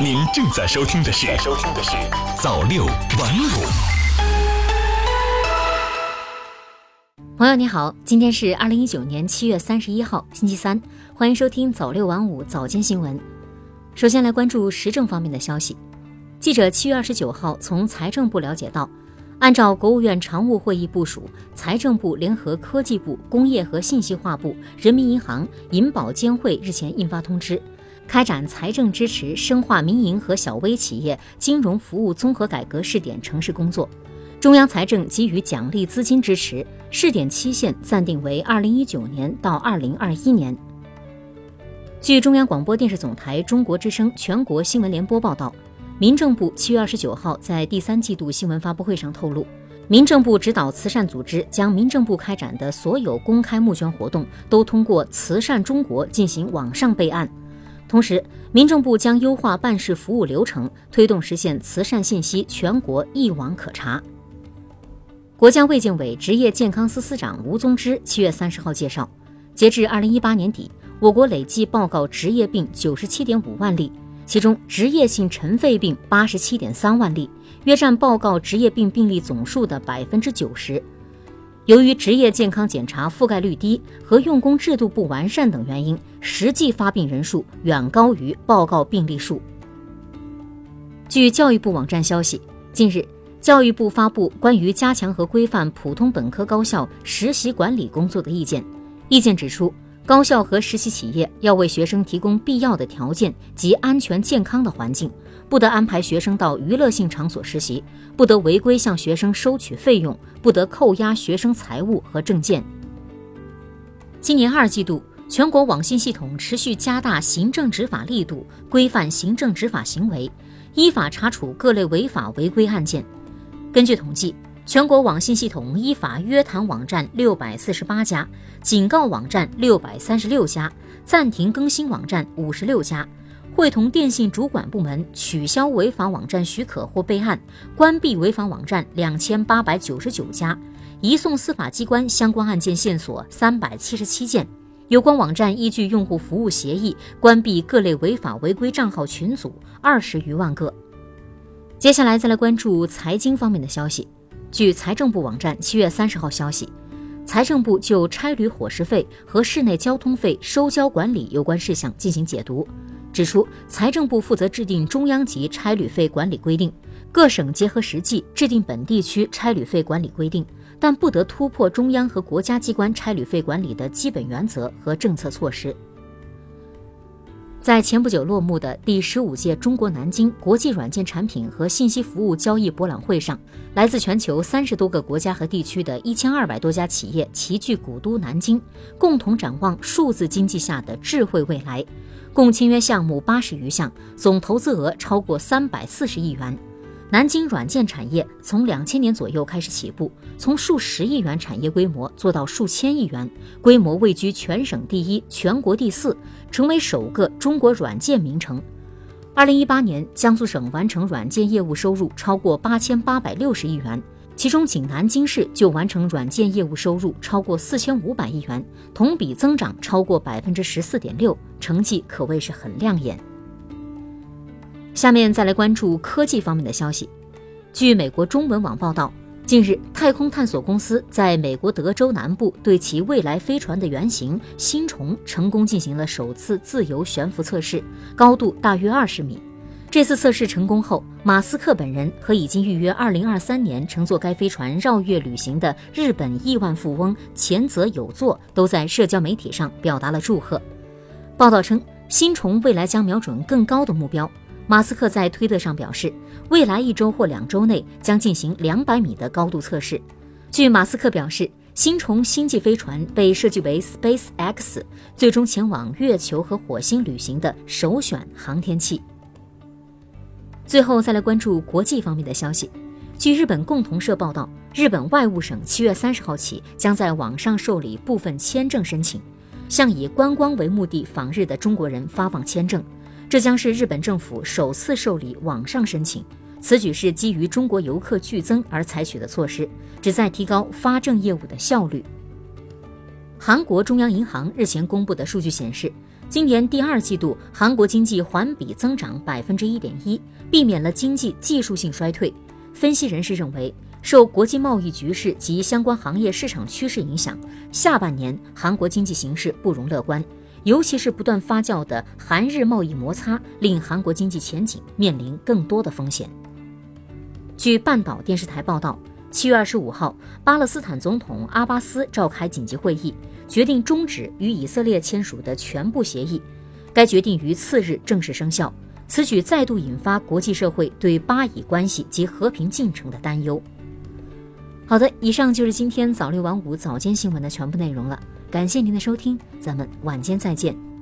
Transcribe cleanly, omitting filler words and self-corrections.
您正在收听的是早六晚五。 朋友你好，今天是2019年7月31号星期三，欢迎收听早六晚五早间新闻。首先来关注时政方面的消息。记者7月29号从财政部了解到，按照国务院常务会议部署，财政部联合科技部、工业和信息化部、人民银行、银保监会日前印发通知，开展财政支持深化民营和小微企业金融服务综合改革试点城市工作。中央财政给予奖励资金支持，试点期限暂定为2019年到2021年。据中央广播电视总台中国之声全国新闻联播报道，民政部7月29号在第3季度新闻发布会上透露，民政部指导慈善组织将民政部开展的所有公开募捐活动都通过慈善中国进行网上备案。同时，民政部将优化办事服务流程，推动实现慈善信息全国一网可查。国家卫健委职业健康司司长吴宗之7月30号介绍，截至2018年底，我国累计报告职业病97.5万例，其中职业性尘肺病87.3万例，约占报告职业病病例总数的90%。由于职业健康检查覆盖率低和用工制度不完善等原因，实际发病人数远高于报告病例数。据教育部网站消息，近日教育部发布关于加强和规范普通本科高校实习管理工作的意见。意见指出，高校和实习企业要为学生提供必要的条件及安全健康的环境，不得安排学生到娱乐性场所实习，不得违规向学生收取费用，不得扣押学生财物和证件。今年2季度，全国网信系统持续加大行政执法力度，规范行政执法行为，依法查处各类违法违规案件。根据统计，全国网信系统依法约谈网站648家，警告网站636家，暂停更新网站56家，会同电信主管部门取消违法网站许可或备案，关闭违法网站2899家，移送司法机关相关案件线索377件。有关网站依据用户服务协议关闭各类违法违规账号群组20余万个。接下来再来关注财经方面的消息。据财政部网站7月30号消息，财政部就差旅伙食费和室内交通费收交管理有关事项进行解读，指出财政部负责制定中央级差旅费管理规定，各省结合实际制定本地区差旅费管理规定，但不得突破中央和国家机关差旅费管理的基本原则和政策措施。在前不久落幕的第15届中国南京国际软件产品和信息服务交易博览会上，来自全球30多个国家和地区的1200多家企业齐聚古都南京，共同展望数字经济下的智慧未来。共签约项目80余项，总投资额超过340亿元。南京软件产业从2000年左右开始起步，从数十亿元产业规模做到数千亿元，规模位居全省第1、全国第4，成为首个中国软件名城。2018年，江苏省完成软件业务收入超过8860亿元，其中仅南京市就完成软件业务收入超过4500亿元，同比增长超过14.6%，成绩可谓是很亮眼。下面再来关注科技方面的消息。据美国中文网报道，近日太空探索公司在美国德州南部对其未来飞船的原型星虫成功进行了首次自由悬浮测试，高度大约20米。这次测试成功后，马斯克本人和已经预约2023年乘坐该飞船绕月旅行的日本亿万富翁前泽友作都在社交媒体上表达了祝贺。报道称，星虫未来将瞄准更高的目标。马斯克在推特上表示，未来1周或2周内将进行200米的高度测试。据马斯克表示，星虫星际飞船被设计为 SpaceX 最终前往月球和火星旅行的首选航天器。最后再来关注国际方面的消息。据日本共同社报道，日本外务省7月30号起将在网上受理部分签证申请，向以观光为目的访日的中国人发放签证。这将是日本政府首次受理网上申请，此举是基于中国游客剧增而采取的措施，旨在提高发证业务的效率。韩国中央银行日前公布的数据显示， 今年第2季度韩国经济环比增长 1.1%， 避免了经济技术性衰退。分析人士认为，受国际贸易局势及相关行业市场趋势影响，下半年韩国经济形势不容乐观，尤其是不断发酵的韩日贸易摩擦，令韩国经济前景面临更多的风险。据半岛电视台报道，7月25号，巴勒斯坦总统阿巴斯召开紧急会议，决定终止与以色列签署的全部协议。该决定于次日正式生效，此举再度引发国际社会对巴以关系及和平进程的担忧。好的，以上就是今天早6晚5早间新闻的全部内容了，感谢您的收听，咱们晚间再见。